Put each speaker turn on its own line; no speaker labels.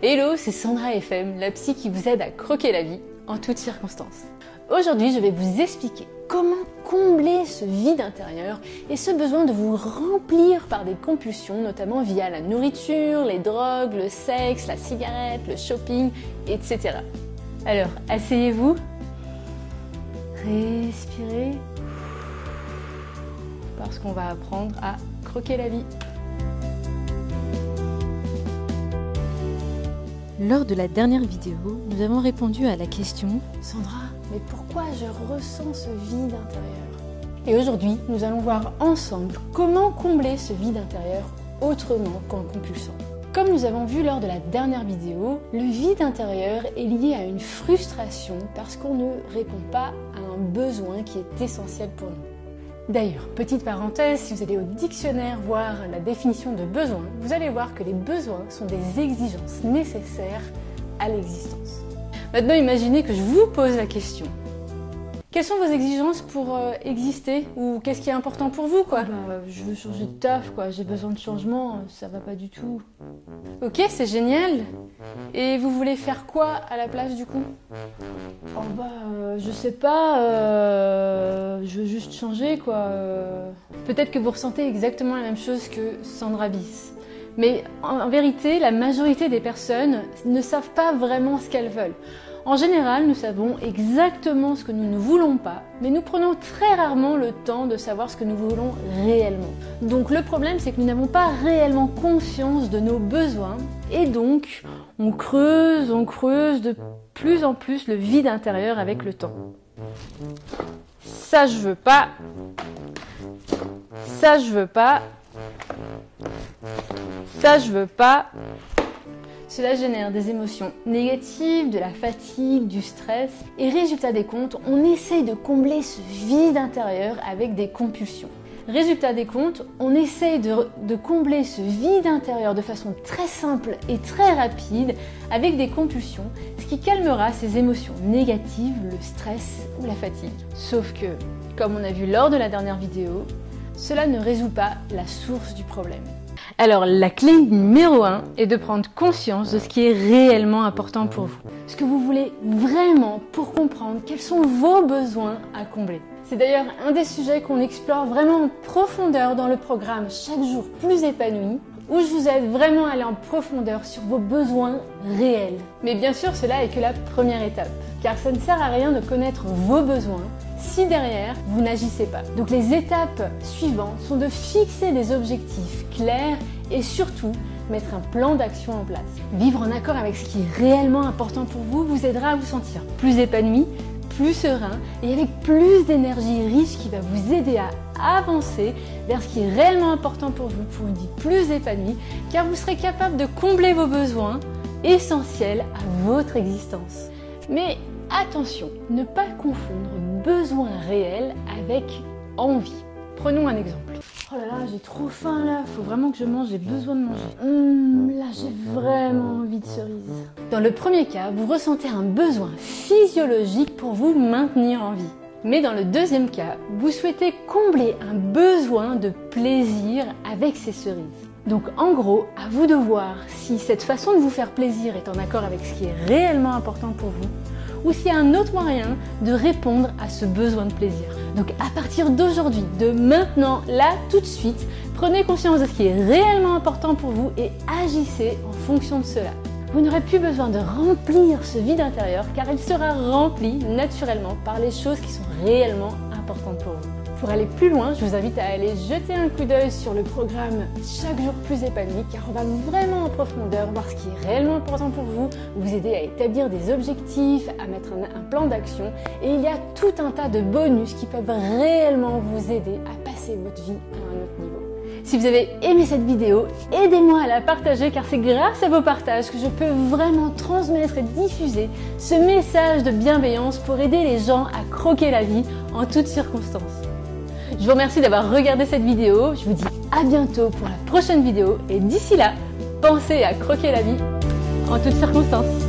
Hello, c'est Sandra FM, la psy qui vous aide à croquer la vie en toutes circonstances. Aujourd'hui, je vais vous expliquer comment combler ce vide intérieur et ce besoin de vous remplir par des compulsions, notamment via la nourriture, les drogues, le sexe, la cigarette, le shopping, etc. Alors, asseyez-vous, respirez, parce qu'on va apprendre à croquer la vie. Lors de la dernière vidéo, nous avons répondu à la question « Sandra, mais pourquoi je ressens ce vide intérieur ?» Et aujourd'hui, nous allons voir ensemble comment combler ce vide intérieur autrement qu'en compulsant. Comme nous avons vu lors de la dernière vidéo, le vide intérieur est lié à une frustration parce qu'on ne répond pas à un besoin qui est essentiel pour nous. D'ailleurs, petite parenthèse, si vous allez au dictionnaire voir la définition de besoin, vous allez voir que les besoins sont des exigences nécessaires à l'existence. Maintenant, imaginez que je vous pose la question. Quelles sont vos exigences pour exister? Ou qu'est-ce qui est important pour vous, quoi? Je veux changer de taf, quoi. J'ai besoin de changement, ça va pas du tout. Ok, c'est génial. Et vous voulez faire quoi à la place, du coup? Je sais pas, je veux juste changer, quoi. Peut-être que vous ressentez exactement la même chose que Sandra Bis. Mais en vérité, la majorité des personnes ne savent pas vraiment ce qu'elles veulent. En général, nous savons exactement ce que nous ne voulons pas, mais nous prenons très rarement le temps de savoir ce que nous voulons réellement. Donc le problème, c'est que nous n'avons pas réellement conscience de nos besoins, et donc on creuse de plus en plus le vide intérieur avec le temps. Ça je veux pas, ça je veux pas, ça je veux pas. Cela génère des émotions négatives, de la fatigue, du stress. Et résultat des comptes, on essaye de combler ce vide intérieur avec des compulsions. Résultat des comptes, on essaye de combler ce vide intérieur de façon très simple et très rapide avec des compulsions, ce qui calmera ces émotions négatives, le stress ou la fatigue. Sauf que, comme on a vu lors de la dernière vidéo, cela ne résout pas la source du problème. Alors la clé numéro 1 est de prendre conscience de ce qui est réellement important pour vous. Ce que vous voulez vraiment pour comprendre quels sont vos besoins à combler. C'est d'ailleurs un des sujets qu'on explore vraiment en profondeur dans le programme Chaque jour plus épanoui, où je vous aide vraiment à aller en profondeur sur vos besoins réels. Mais bien sûr, cela est que la première étape, car ça ne sert à rien de connaître vos besoins si derrière, vous n'agissez pas. Donc les étapes suivantes sont de fixer des objectifs clairs et surtout mettre un plan d'action en place. Vivre en accord avec ce qui est réellement important pour vous vous aidera à vous sentir plus épanoui, plus serein et avec plus d'énergie riche qui va vous aider à avancer vers ce qui est réellement important pour vous pour une vie plus épanouie, car vous serez capable de combler vos besoins essentiels à votre existence. Mais attention, ne pas confondre besoin réel avec envie. Prenons un exemple. Oh là là, j'ai trop faim là, faut vraiment que je mange, j'ai besoin de manger. Là j'ai vraiment envie de cerises. Dans le premier cas, vous ressentez un besoin physiologique pour vous maintenir en vie. Mais dans le deuxième cas, vous souhaitez combler un besoin de plaisir avec ces cerises. Donc en gros, à vous de voir si cette façon de vous faire plaisir est en accord avec ce qui est réellement important pour vous, ou s'il y a un autre moyen de répondre à ce besoin de plaisir. Donc à partir d'aujourd'hui, de maintenant, là, tout de suite, prenez conscience de ce qui est réellement important pour vous et agissez en fonction de cela. Vous n'aurez plus besoin de remplir ce vide intérieur car il sera rempli naturellement par les choses qui sont réellement importantes pour vous. Pour aller plus loin, je vous invite à aller jeter un coup d'œil sur le programme Chaque jour plus épanoui, car on va vraiment en profondeur voir ce qui est réellement important pour vous, vous aider à établir des objectifs, à mettre un plan d'action, et il y a tout un tas de bonus qui peuvent réellement vous aider à passer votre vie à un autre niveau. Si vous avez aimé cette vidéo, aidez-moi à la partager car c'est grâce à vos partages que je peux vraiment transmettre et diffuser ce message de bienveillance pour aider les gens à croquer la vie en toutes circonstances. Je vous remercie d'avoir regardé cette vidéo, je vous dis à bientôt pour la prochaine vidéo et d'ici là, pensez à croquer la vie en toutes circonstances.